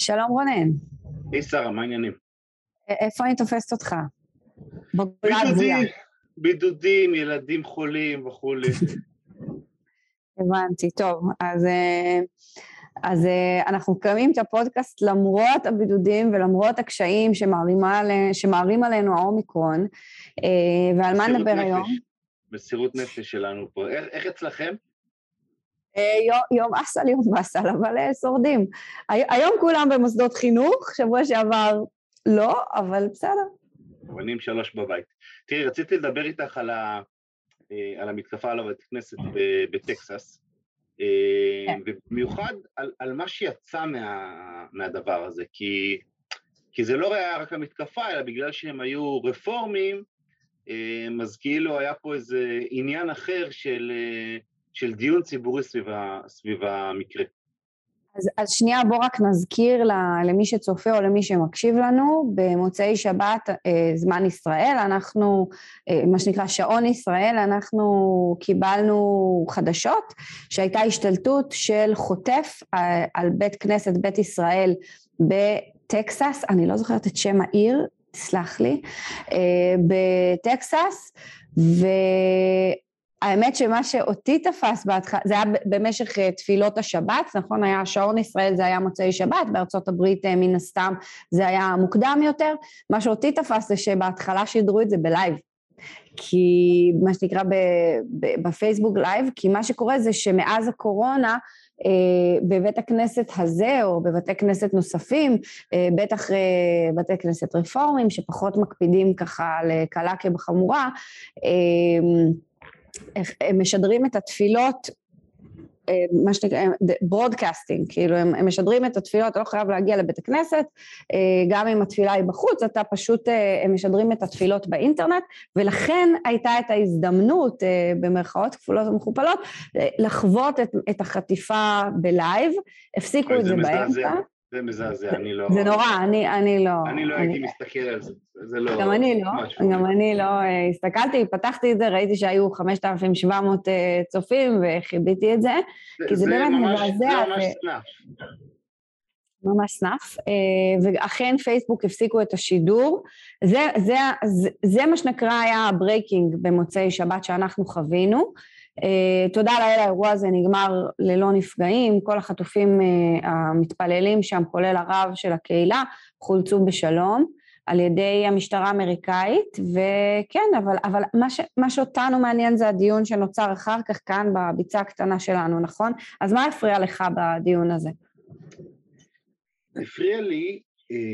שלום רונן. היי שרה, מה העניינים? איפה אני תופסת אותך? בגולה גבויה. בידודים, ילדים חולים וכולי. הבנתי, טוב. אז אנחנו מקיימים את הפודקאסט למרות הבידודים ולמרות הקשיים שמערים עלינו האומיקרון. ועל מה נדבר היום? מסירות נפש שלנו פה. איך אצלכם? יום אסל, יום אסל, אבל שורדים. היום כולם במוסדות חינוך, שבוע שעבר לא, אבל בסדר. בנים 3 בבית. תראי, רציתי לדבר איתך על המתקפה על הבית כנסת בטקסס, ובמיוחד על מה שיצא מהדבר הזה, כי זה לא היה רק המתקפה, אלא בגלל שהם היו רפורמים, אז כאילו היה פה איזה עניין אחר של דיון ציבורי סביב המקרה. אז שנייה, בוא רק נזכיר למי שצופה או למי שמקשיב לנו, במוצאי שבת, זמן ישראל, אנחנו, מה שנקרא שעון ישראל, אנחנו קיבלנו חדשות, שהייתה השתלטות של חוטף על בית כנסת, בית ישראל בטקסס, אני לא זוכרת את שם העיר, תסלח לי, בטקסס, האמת שמה שאותי תפס בהתחלה, זה היה במשך תפילות השבת, נכון? היה שעון ישראל, זה היה מוצאי שבת, בארצות הברית מן הסתם זה היה מוקדם יותר, מה שאותי תפס זה שבהתחלה שידרו את זה בלייב, כי מה שנקרא בפייסבוק לייב, כי מה שקורה זה שמאז הקורונה, בבית הכנסת הזה או בבתי כנסת נוספים, בטח בתי כנסת רפורמים שפחות מקפידים ככה לקלה כבחמורה, הם משדרים את התפילות, מה שנקרא, ברודקאסטינג, כאילו הם משדרים את התפילות, אתה לא חייב להגיע לבית הכנסת, גם אם התפילה היא בחוץ, אתה פשוט, הם משדרים את התפילות באינטרנט, ולכן הייתה את ההזדמנות, במרכאות כפולות ומכופלות, לחוות את החטיפה בלייב, הפסיקו את זה באמצע. זה מזעזע, אני לא... זה נורא, אני לא... אני לא הייתי מסתכל על זה, זה לא... גם אני לא הסתכלתי, פתחתי את זה, ראיתי שהיו 5,700 צופים וחיביתי את זה, כי זה באמת מזעזע. זה ממש סנף. ממש סנף, ואכן פייסבוק הפסיקו את השידור, זה מה שנקרא היה הברייקינג במוצאי שבת שאנחנו חווינו, תודה לאל האירוע הזה נגמר ללא נפגעים, כל החטופים המתפללים שם, כולל הרב של הקהילה, חולצו בשלום על ידי המשטרה האמריקאית, וכן, אבל מה שאותנו מעניין זה הדיון שנוצר אחר כך כאן בביצה הקטנה שלנו, נכון? אז מה הפריע לך בדיון הזה? הפריע לי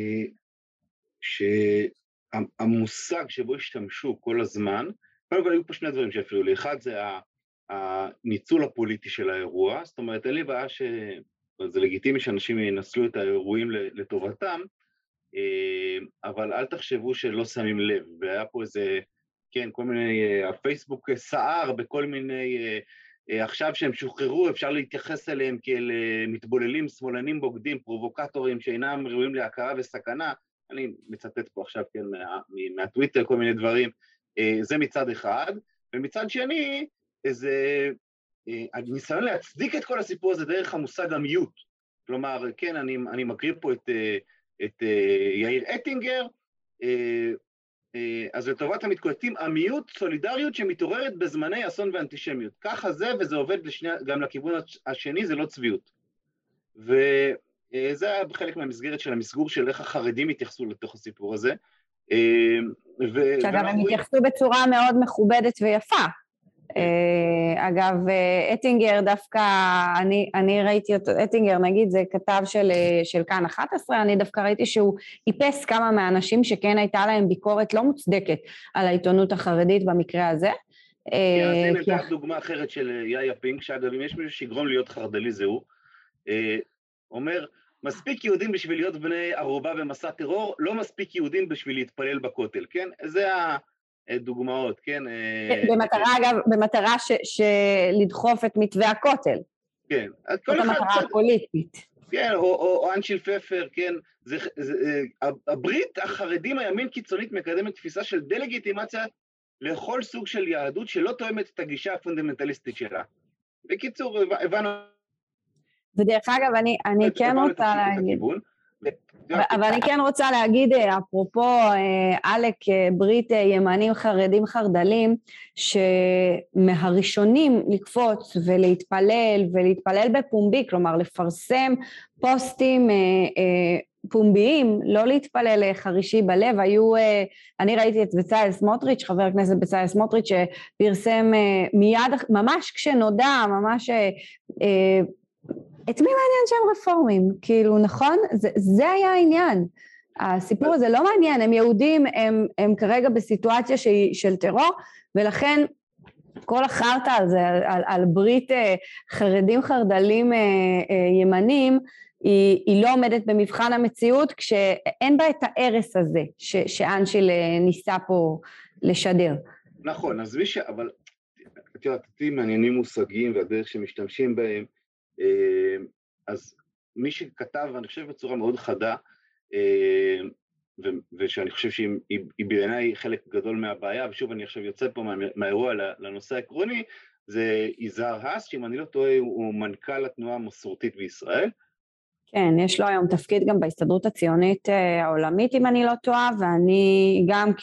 שהמושג שבו השתמשו כל הזמן, קודם כל היו פה 2 דברים שהפריעו לי, אחד זה הניצול הפוליטי של האירוע, זאת אומרת, אין לי בעיה שזה לגיטימי שאנשים ינצלו את האירועים לטובתם, אבל אל תחשבו שלא שמים לב, והיה פה איזה, כן, כל מיני, הפייסבוק סער בכל מיני, עכשיו שהם שוחררו, אפשר להתייחס אליהם כאל מתבוללים, שמאלנים בוגדים, פרובוקטורים שאינם ראויים להכרה וסכנה, אני מצטט פה עכשיו, כן, מהטוויטר, כל מיני דברים, זה מצד אחד, ומצד שני, איזה ניסיון להצדיק את כל הסיפור הזה דרך המושג המיוט. כלומר, כן, אני מקריא פה את יאיר אטינגר, אז לטובת המתקוטטים, המיוט, סולידריות שמתעוררת בזמני אסון ואנטישמיות. ככה זה, וזה עובד גם לכיוון השני, זה לא צביעות. וזה היה חלק מהמסגרת של המסגור של איך החרדים התייחסו לתוך הסיפור הזה. שאגב, הם התייחסו בצורה מאוד מכובדת ויפה. אגב, אטינגר דווקא, אני ראיתי אותו, אטינגר נגיד זה כתב של כאן 11, אני דווקא ראיתי שהוא איפס כמה מהאנשים שכן הייתה להם ביקורת לא מוצדקת על העיתונות החרדית במקרה הזה. אז הנה נתן דוגמה אחרת של יאיה פינק, שאגב אם יש מישהו שיגרום להיות חרד"לי זהו, אומר, מספיק יהודים בשביל להיות בני ערובה במסע טרור, לא מספיק יהודים בשביל להתפלל בכותל, כן? זה דוגמאות, כן? במטרה, אגב, במטרה לדחוף את מתווה הכותל. כן. זאת המטרה הפוליטית. כן, או אנשיל פפר, כן? הברית החרדים הימין קיצונית מקדמת תפיסה של דה-לגיטימציה לכל סוג של יהדות שלא תואמת את הגישה הפונדמנטליסטית שלה. בקיצור, הבנו... ודרך אגב, אני כן רוצה להגיד... אבל אני כן רוצה להגיד, אפרופו עלק ברית ימנים חרדים חרדלים, שמהראשונים לקפוץ ולהתפלל בפומבי, כלומר לפרסם פוסטים פומביים, לא להתפלל חרישי בלב, אני ראיתי את בצלאל סמוטריץ', חבר הכנסת בצלאל סמוטריץ', שפרסם מיד, ממש כשנודע, ממש את מי מעניין שהם רפורמים? כאילו, נכון? זה היה העניין. הסיפור הזה לא מעניין, הם יהודים, הם כרגע בסיטואציה של טרור, ולכן כל החרטה הזה, על ברית חרדים חרדלים ימנים, היא לא עומדת במבחן המציאות, כשאין בה את הערס הזה, שאנשיל ניסה פה לשדר. נכון, אז אבל את יודעת, אותי מעניינים מושגים והדרך שמשתמשים בהם, אז מי שכתב, אני חושב בצורה מאוד חדה, ושאני חושב שהיא בעיניי חלק גדול מהבעיה, ושוב אני עכשיו יוצא פה מהאירוע לנושא העקרוני, זה יזהר הס, שאם אני לא טועה הוא מנכ"ל התנועה המסורתית בישראל. כן, יש לו היום תפקיד גם בהסתדרות הציונית העולמית, אם אני לא טועה, ואני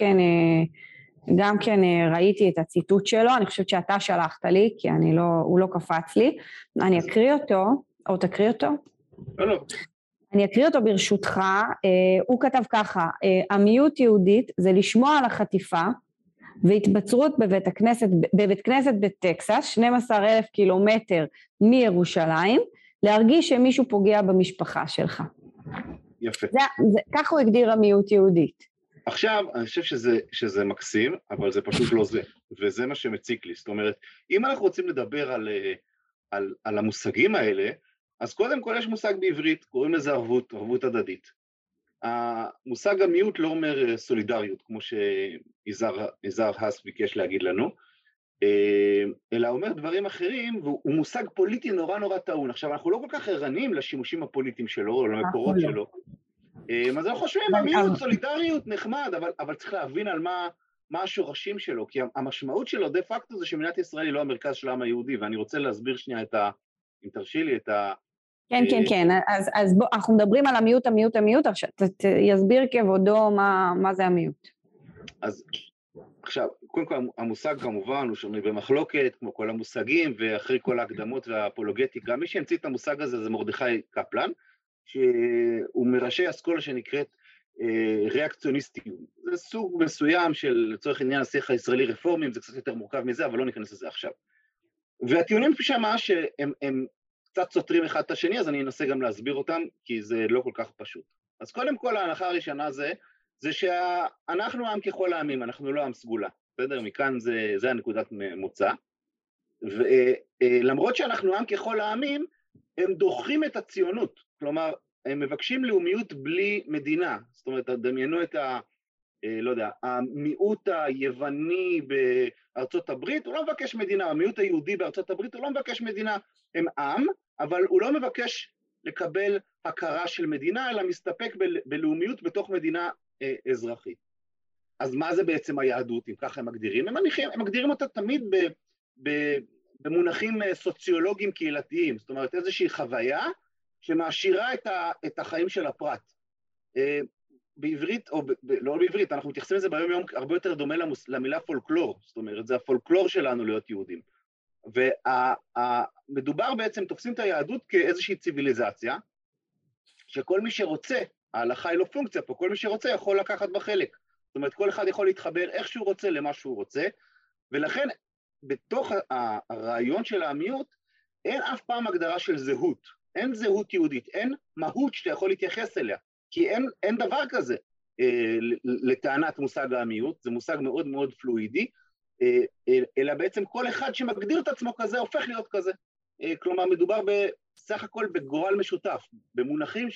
גם כן ראיתי את הציטוט שלו, אני חושבת שאתה שלחת לי, כי הוא לא קפץ לי, אני אקריא אותו, או תקריא אותו? לא. אני אקריא אותו ברשותך, הוא כתב ככה, עמיות יהודית זה לשמוע על החטיפה, והתבצרות בבית כנסת בטקסס, 12,000 קילומטר מירושלים, להרגיש שמישהו פוגע במשפחה שלך. יפה. כך הוא הגדיר עמיות יהודית. עכשיו, אני חושב שזה מקסים, אבל זה פשוט לא זה, וזה מה שמציק לי. זאת אומרת, אם אנחנו רוצים לדבר על המושגים האלה, אז קודם כל יש מושג בעברית, קוראים לזה ערבות הדדית. המושג עמיות לא אומר סולידריות, כמו שיזהר הס ביקש להגיד לנו, אלא אומר דברים אחרים, והוא מושג פוליטי נורא נורא טעון. עכשיו, אנחנו לא כל כך ערניים לשימושים הפוליטיים שלו, או למקורות שלו, אז אנחנו חושבים, עמיות, סולידריות, נחמד, אבל צריך להבין על מה השורשים שלו, כי המשמעות שלו דה פקטו זה שמדינת ישראל היא לא המרכז של העם היהודי, ואני רוצה להסביר שנייה אם תרשי לי את ה... כן, אז אנחנו מדברים על המיעוט, עכשיו יסביר כבודו מה זה המיעוט. אז עכשיו, קודם כל המושג כמובן הוא שנוי במחלוקת, כמו כל המושגים, ואחרי כל ההקדמות והאפולוגטיקה, מי שהמציא את המושג הזה זה מרדכי קפלן, שהוא מראשי אסכולה שנקראת ריאקציוניסטיות. זה סוג מסוים של, לצורך עניין השיח הישראלי רפורמים, זה קצת יותר מורכב מזה, אבל לא ניכנס לזה עכשיו. והטיעונים שם שהם קצת סותרים אחד את השני, אז אני אנסה גם להסביר אותם, כי זה לא כל כך פשוט. אז קודם כל ההנחה הראשונה זה שאנחנו עם ככל העמים, אנחנו לא עם סגולה. בסדר? מכאן זה הנקודת מוצא. ולמרות שאנחנו עם ככל העמים, הם דוחים את הציונות, כלומר, הם מבקשים לאומיות בלי מדינה, זאת אומרת, דמיינו את לא יודע, המיעוט היווני בארצות הברית, הוא לא מבקש מדינה, המיעוט היהודי בארצות הברית, הוא לא מבקש מדינה, הם עם, אבל הוא לא מבקש לקבל הכרה של מדינה, אלא מסתפק בלאומיות בתוך מדינה אזרחית. אז מה זה בעצם היהדות, אם ככה הם מגדירים? הם מגדירים אותה תמיד במונחים סוציולוגיים קהילתיים, זאת אומרת איזושהי חוויה שמעשירה את החיים של הפרט. בעברית, או לא בעברית, אנחנו מתייחסים לזה ביום יום הרבה יותר דומה למילה פולקלור, זאת אומרת, זה הפולקלור שלנו להיות יהודים. ומדובר בעצם, תופסים את היהדות כאיזושהי ציוויליזציה, שכל מי שרוצה, ההלכה היא לא פונקציה פה, כל מי שרוצה יכול לקחת בחלק. זאת אומרת, כל אחד יכול להתחבר איך שהוא רוצה למה שהוא רוצה, ולכן בתוך הרעיון של העמיות, אין אף פעם הגדרה של זהות, אין זהות יהודית, אין מהות שאתה יכול להתייחס אליה, כי אין דבר כזה לטענת מושג העמיות, זה מושג מאוד מאוד פלואידי, אלא בעצם כל אחד שמגדיר את עצמו כזה הופך להיות כזה. כלומר, מדובר בסך הכל בגורל משותף, במונחים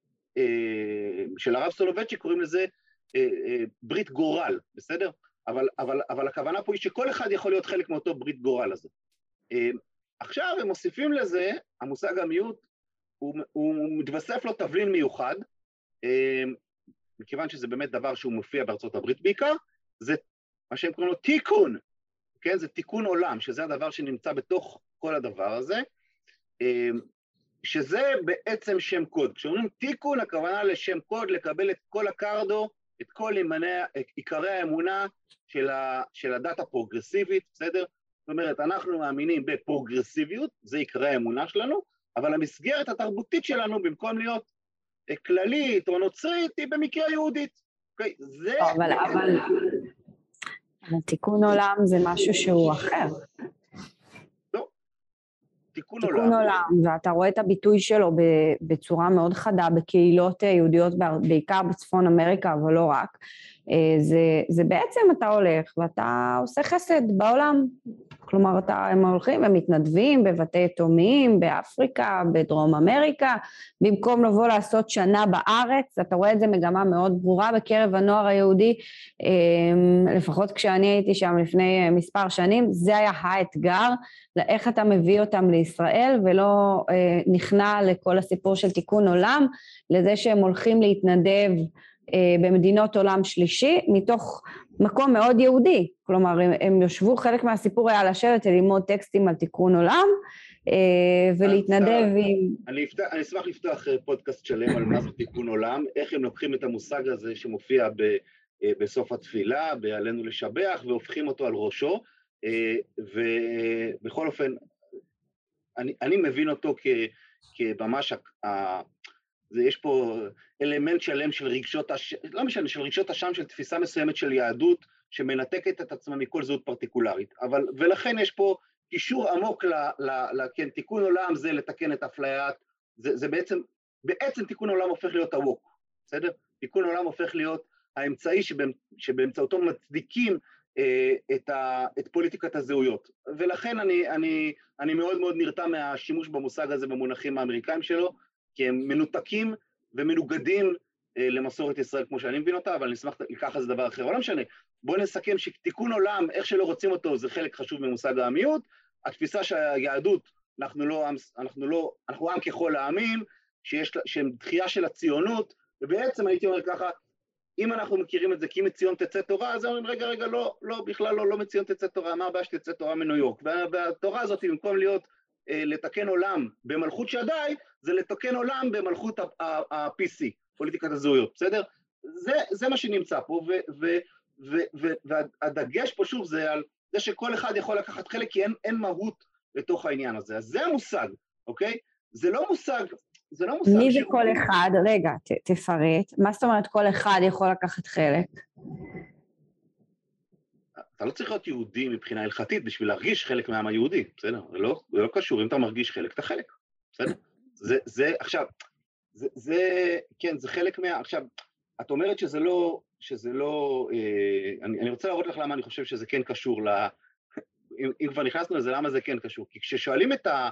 של הרב סולובייצ'יק קוראים לזה ברית גורל, בסדר? אבל הכוונה פה היא שכל אחד יכול להיות חלק מאותו ברית גורל הזה. עכשיו הם מוסיפים לזה, המושג עמיות, הוא מתווסף לו תבלין מיוחד, מכיוון שזה באמת דבר שהוא מופיע בארצות הברית בעיקר, זה מה שהם קוראים לו תיקון, כן? זה תיקון עולם, שזה הדבר שנמצא בתוך כל הדבר הזה, שזה בעצם שם קוד. כשאומרים תיקון, הכוונה לשם קוד, לקבל את כל הקרדו, את כל עיקרי האמונה של הדת הפרוגרסיבית, בסדר? זאת אומרת, אנחנו מאמינים בפרוגרסיביות, זה עיקרי האמונה שלנו, אבל המסגרת התרבותית שלנו, במקום להיות כללית או נוצרית, היא במקרה יהודית. אוקיי? זה... אבל תיקון עולם זה משהו שהוא אחר. תיקון עולם, ואתה רואה את הביטוי שלו בצורה מאוד חדה בקהילות יהודיות, בעיקר בצפון אמריקה, אבל לא רק. זה בעצם אתה הולך ואתה עושה חסד בעולם. כלומר, הם הולכים ומתנדבים בבתי יתומים, באפריקה, בדרום אמריקה, במקום לבוא לעשות שנה בארץ. אתה רואה את זה מגמה מאוד ברורה בקרב הנוער היהודי, לפחות כשאני הייתי שם לפני מספר שנים, זה היה האתגר, לאיך אתה מביא אותם לישראל, ולא נכנע לכל הסיפור של תיקון עולם, לזה שהם הולכים להתנדב במדינות עולם שלישי, מתוך מקום מאוד יהודי. כלומר, הם יושבו, חלק מהסיפור היה לשבת וללמוד טקסטים על תיקון עולם, ולהתנדב עם... אני אשמח לפתוח פודקאסט שלם על מה זה תיקון עולם, איך הם לוקחים את המושג הזה שמופיע בסוף התפילה, בעלינו לשבח, והופכים אותו על ראשו, ובכל אופן, אני מבין אותו כממש, יש פה אלמנט שלם של רגשות, לא משנה, של רגשות אשם, של תפיסה מסוימת של יהדות, שמנתקת את עצמה מכל זהות פרטיקולרית, ולכן יש פה קישור עמוק כן, תיקון עולם זה לתקן את אפליית, זה בעצם תיקון עולם הופך להיות הווק, בסדר? תיקון עולם הופך להיות האמצעי שבאמצעותו מצדיקים את פוליטיקת הזהויות, ולכן אני מאוד מאוד נרתע מהשימוש במושג הזה במונחים האמריקאים שלו, כי הם מנותקים ומנוגדים למסורת ישראל כמו שאני מבין אותה, אבל אני אשמח לקחת איזה דבר אחר. אבל לא משנה, בואו נסכם שתיקון עולם, איך שלא רוצים אותו, זה חלק חשוב ממושג העמיות, התפיסה שהיהדות, אנחנו עם ככל העמים, שהם דחייה של הציונות, ובעצם הייתי אומר ככה, אם אנחנו מכירים את זה כי מציון תצא תורה, אז אומרים רגע, לא, בכלל לא מציון תצא תורה, מה הבעיה שתצא תורה מניו יורק? והתורה הזאת, במקום להיות לתקן עולם במלכות שדי, זה לתקן עולם במלכות ה-PC, פוליטיקת הזהויות, בסדר? זה מה שנמצא פה, והדגש פה שוב זה על זה שכל אחד יכול לקחת חלק, כי אין מהות לתוך העניין הזה. אז זה המושג, אוקיי? זה לא מושג... מי זה כל אחד? רגע, תפרט. מה זאת אומרת כל אחד יכול לקחת חלק? אתה לא צריך להיות יהודי מבחינה הלכתית בשביל להרגיש חלק מהעם היהודי, בסדר? זה לא קשור, אם אתה מרגיש חלק, אתה חלק, בסדר? עכשיו, כן, זה חלק עכשיו, את אומרת שזה לא, אני רוצה להראות לך למה אני חושב שזה כן קשור, אם כבר נכנסנו לזה, למה זה כן קשור? כי כששואלים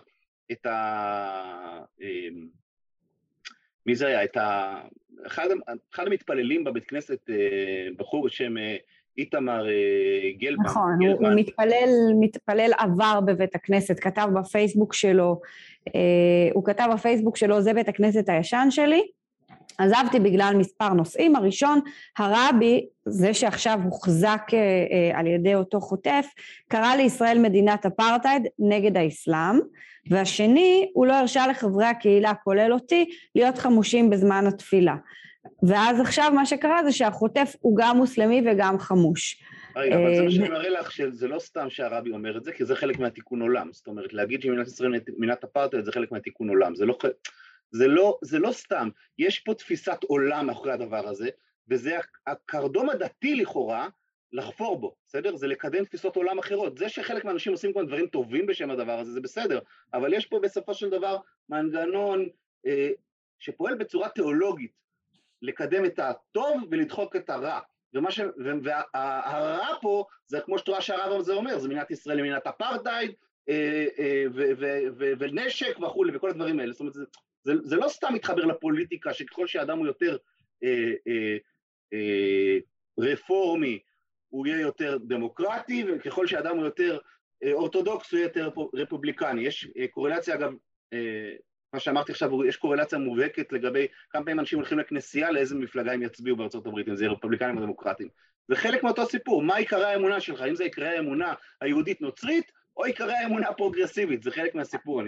מי זה היה? אחד המתפללים בבית כנסת, בחור בשם איתמר גלמן. נכון, הוא מתפלל עבר בבית הכנסת, כתב בפייסבוק שלו, זה בית הכנסת הישן שלי, עזבתי בגלל מספר נושאים. הראשון, הרבי, זה שעכשיו הוחזק על ידי אותו חוטף, קרא לישראל מדינת אפרטהייד נגד האסלאם, והשני, הוא לא הרשה לחברי הקהילה, כולל אותי, להיות חמושים בזמן התפילה. ואז עכשיו מה שקרה זה שהחוטף הוא גם מוסלמי וגם חמוש. אבל זה מה שאני מראה לך, שזה לא סתם שהרבי אומר את זה, כי זה חלק מהתיקון עולם. זאת אומרת, להגיד שמדינת ישראל מדינת אפרטהייד זה חלק מהתיקון עולם. זה לא סתם, יש פה תפיסת עולם מאחורי הדבר הזה, וזה הקרדום הדתי לכאורה לחפור בו, בסדר? זה לקדם תפיסות עולם אחרות. זה שחלק מהאנשים עושים כל דברים טובים בשם הדבר הזה, זה בסדר, אבל יש פה בסופו של דבר מנגנון שפועל בצורה תיאולוגית, לקדם את הטוב ולדחוק את הרע. והרע פה, זה כמו שתורה שהרב הזה אומר, זה מדינת ישראל למדינת אפרטהייד, ונשק וכו' וכל הדברים האלה. זאת אומרת, זה לא סתם מתחבר לפוליטיקה, שככל שאדם הוא יותר רפורמי, הוא יהיה יותר דמוקרטי, וככל שאדם הוא יותר אורתודוקס, הוא יהיה יותר רפובליקני. יש קורלציה, אגב, מה שאמרתי עכשיו, יש קורלציה מובהקת לגבי כמה פעמים אנשים הולכים לכנסייה, לאיזה מפלגה הם יצביעו בארצות הברית, אם זה רפובליקנים או דמוקרטים. זה חלק מאותו סיפור, מה עיקרי האמונה שלך, אם זה עיקרי האמונה היהודית נוצרית, או עיקרי האמונה הפרוגרסיבית, זה חלק מהסיפור.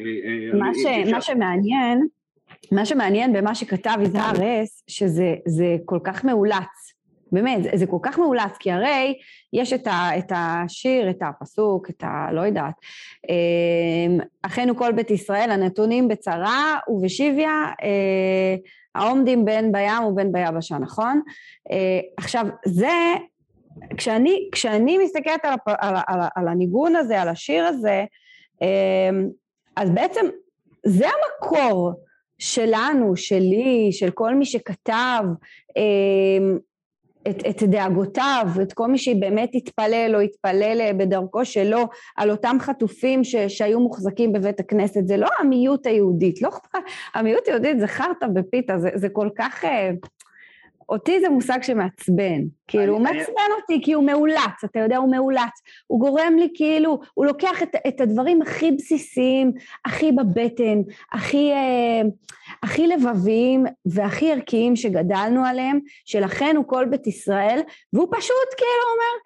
מה שמעניין במה שכתב יזהר הס, שזה כל כך מאולץ, באמת, זה כל כך מאולץ, כי הרי יש את השיר, את הפסוק, את לא יודעת, אחינו כל בית ישראל, הנתונים בצרה ובשביה, העומדים בין בים ובין ביבשה, נכון? עכשיו, זה, כשאני מסתכלת על הניגון הזה, על השיר הזה, אז בעצם זה המקור שלנו, שלי, של כל מי שכתב את דאגותיו, את כל מי שבאמת התפלל או התפלל בדרכו שלו, על אותם חטופים שהיו מוחזקים בבית הכנסת. זה לא עמיות היהודית, לא אכפת, עמיות יהודית זה חרטה בפיתה, זה כל כך, אותי זה מושג שמעצבן, כאילו הוא מעצבן אותי, כי הוא מאולץ, אתה יודע, הוא מאולץ, הוא גורם לי כאילו, הוא לוקח את הדברים הכי בסיסיים, הכי בבטן, הכי לבביים והכי ערכיים שגדלנו עליהם, שלכן הוא כל בית ישראל, והוא פשוט כאילו אומר,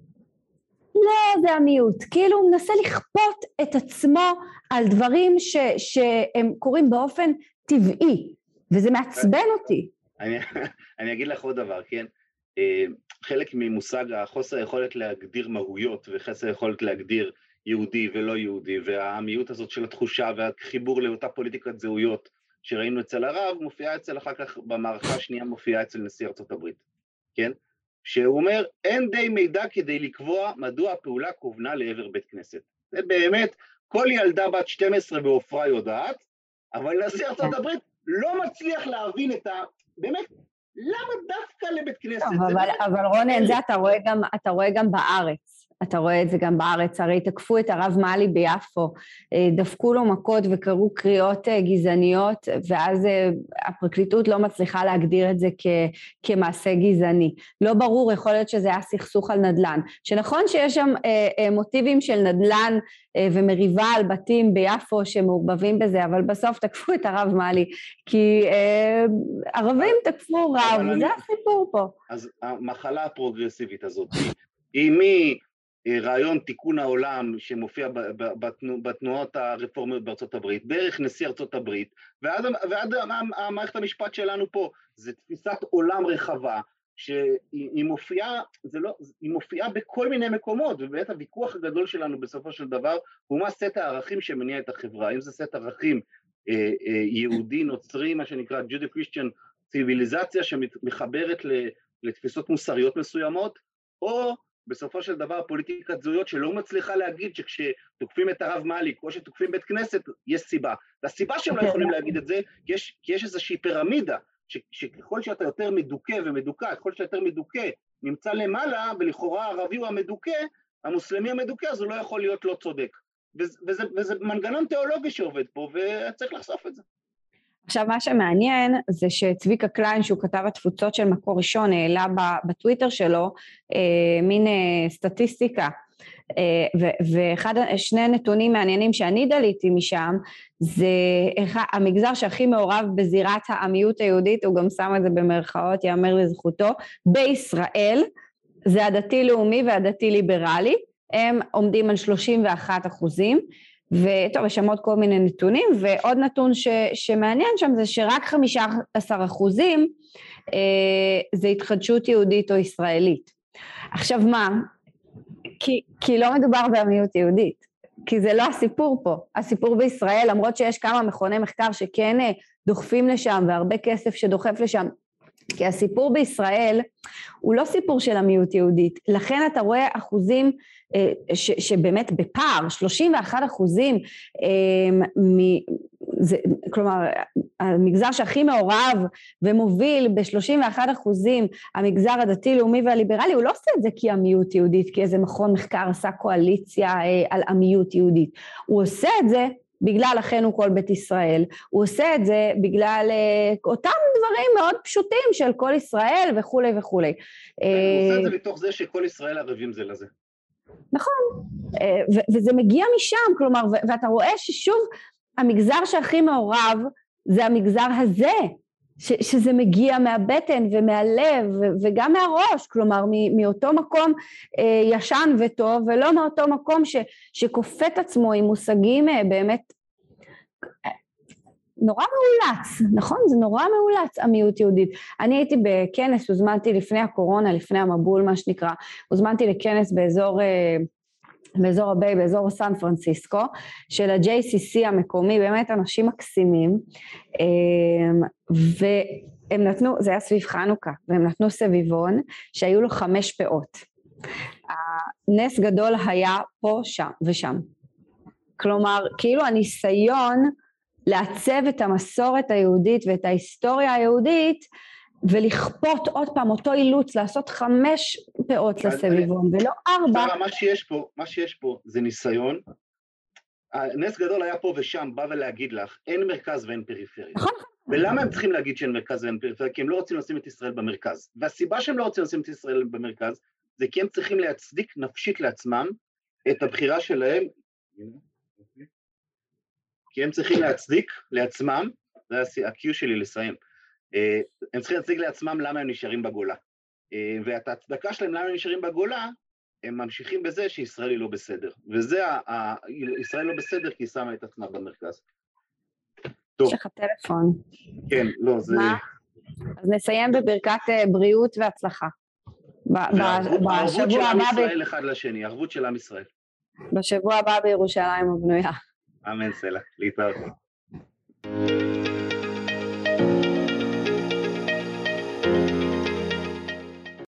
לא, זה המיעוט, כאילו הוא מנסה לכפות את עצמו על דברים שהם קורים באופן טבעי, וזה מעצבן אותי. אני אגיד לך עוד דבר, כן? חלק ממושג החוסר יכולת להגדיר מהויות וחסר יכולת להגדיר יהודי ולא יהודי, והמיעוט הזאת של התחושה והחיבור לאותה פוליטיקת זהויות שראינו אצל הרב, מופיעה אצל אחר כך במערכה השנייה, מופיעה אצל נשיא ארצות הברית, כן? שהוא אומר, אין די מידע כדי לקבוע מדוע הפעולה כוונה לעבר בית כנסת. זה באמת, כל ילדה בת 12 בעופרה יודעת, אבל נשיא ארצות הברית לא מצליח להבין את באמת, למה דווקא לבית כנסת? אבל רונן, זה אתה רואה גם בארץ. אתה רואה את זה גם בארץ, הרי תקפו את הרב מאלי ביפו, דפקו לו מכות וקראו קריאות גזעניות, ואז הפרקליטות לא מצליחה להגדיר את זה כמעשה גזעני. לא ברור, יכול להיות שזה היה סכסוך על נדל"ן, שנכון שיש שם מוטיבים של נדל"ן ומריבה על בתים ביפו שמעורבבים בזה, אבל בסוף תקפו את הרב מאלי, כי ערבים תקפו רב, וזה הסיפור פה. אז המחלה הפרוגרסיבית הזאת, היא רעיון תיקון העולם שמופיע בתנועות הרפורמיות בארצות הברית, דרך נשיא ארצות הברית, ועד המערכת המשפט שלנו פה, זה תפיסת עולם רחבה, שהיא מופיעה בכל מיני מקומות, ובאמת הוויכוח הגדול שלנו בסופו של דבר, הוא מה סט הערכים שמניע את החברה, אם זה סט ערכים יהודי, נוצרי, מה שנקרא Judeo-Christian ציוויליזציה, שמחברת לתפיסות מוסריות מסוימות, או בסופו של דבר פוליטיקת זהויות שלא מצליחה להגיד שכשתוקפים את הרב מאלי, או שתוקפים בית כנסת, יש סיבה. והסיבה שהם לא יכולים להגיד את זה, כי יש איזושהי פירמידה, שככל שאתה יותר מדוכא ומדוכא, ככל שאתה יותר מדוכא נמצא למעלה, ולכאורה הערבי הוא המדוכא, המוסלמי המדוכא, אז הוא לא יכול להיות לא צודק. וזה מנגנון תיאולוגי שעובד פה, וצריך לחשוף את זה. עכשיו מה שמעניין זה שצביקה קליין שהוא כתב התפוצות של מקור ראשון העלה בטוויטר שלו מין סטטיסטיקה ושני נתונים מעניינים שאני דליתי משם זה המגזר שהכי מעורב בזירת העמיות היהודית, הוא גם שם את זה במרכאות יאמר לזכותו, בישראל זה הדתי לאומי והדתי ליברלי, הם עומדים על 31%, וטוב, יש שם עוד כל מיני נתונים, ועוד נתון שמעניין שם זה שרק 15% זה התחדשות יהודית או ישראלית. עכשיו מה? כי לא מדובר בעמיות יהודית, כי זה לא הסיפור פה. הסיפור בישראל, למרות שיש כמה מכוני מחקר שכן דוחפים לשם, והרבה כסף שדוחף לשם, כי הסיפור בישראל הוא לא סיפור של עמיות יהודית, לכן אתה רואה אחוזים שבאמת בפער, 31%, כלומר המגזר שהכי מעורב ומוביל ב31%, המגזר הדתי לאומי והליברלי, הוא לא עושה את זה כי עמיות יהודית, כי איזה מכון מחקר עשה קואליציה על עמיות יהודית, הוא עושה את זה בגלל אחינו כל בית ישראל, הוא עושה את זה בגלל אותם דברים מאוד פשוטים של כל ישראל וכו' וכו'. הוא עושה את זה מתוך זה שכל ישראל ערבים זה לזה. נכון, וזה מגיע משם, כלומר, ואתה רואה ששוב המגזר שהכי מעורב זה המגזר הזה, שזה מגיע מהבטן ומהלב וגם מהראש, כלומר מאותו מקום ישן וטוב, ולא מאותו מקום שקופט עצמו עם מושגים באמת נורא מאולץ, נכון? זה נורא מאולץ, המיעוט יהודית. אני הייתי בכנס, הוזמנתי לפני הקורונה, לפני המבול מה שנקרא, הוזמנתי לכנס באזור הביי, באזור סן פרנסיסקו, של ה-JCC המקומי, באמת אנשים מקסימים, והם נתנו, זה היה סביב חנוכה, והם נתנו סביבון, שהיו לו 5 פאות. הנס גדול היה פה, שם ושם. כלומר, כאילו הניסיון לעצב את המסורת היהודית ואת ההיסטוריה היהודית, ולכפות עוד פעם אותו אילוץ, לעשות 5 פאות לסביבון, ולא 4. מה שיש פה זה ניסיון, נס גדול היה פה ושם, בא ולהגיד לך, אין מרכז ואין פריפריה. נכון. ולמה הם צריכים להגיד שאין מרכז ואין פריפריה? כי הם לא רוצים לשים את ישראל במרכז. והסיבה שהם לא רוצים לשים את ישראל במרכז, זה כי הם צריכים להצדיק נפשית לעצמם את הבחירה שלהם, כי הם צריכים להצדיק לעצמם, זה ה-Q שלי לסיים, הם צריכים להצדיק לעצמם למה הם נשארים בגולה. ואת ההצדקה שלהם למה הם נשארים בגולה, הם ממשיכים בזה שישראל היא לא בסדר. וזה, ישראל לא בסדר כי היא שמה את עצמה במרכז. יש לך טלפון. כן, לא, זה... מה? אז נסיים בברכת בריאות והצלחה. הערבות של עם ישראל אחד לשני, הערבות של עם ישראל. בשבוע הבא בירושלים הבנויה. אמן סלע, להתראות.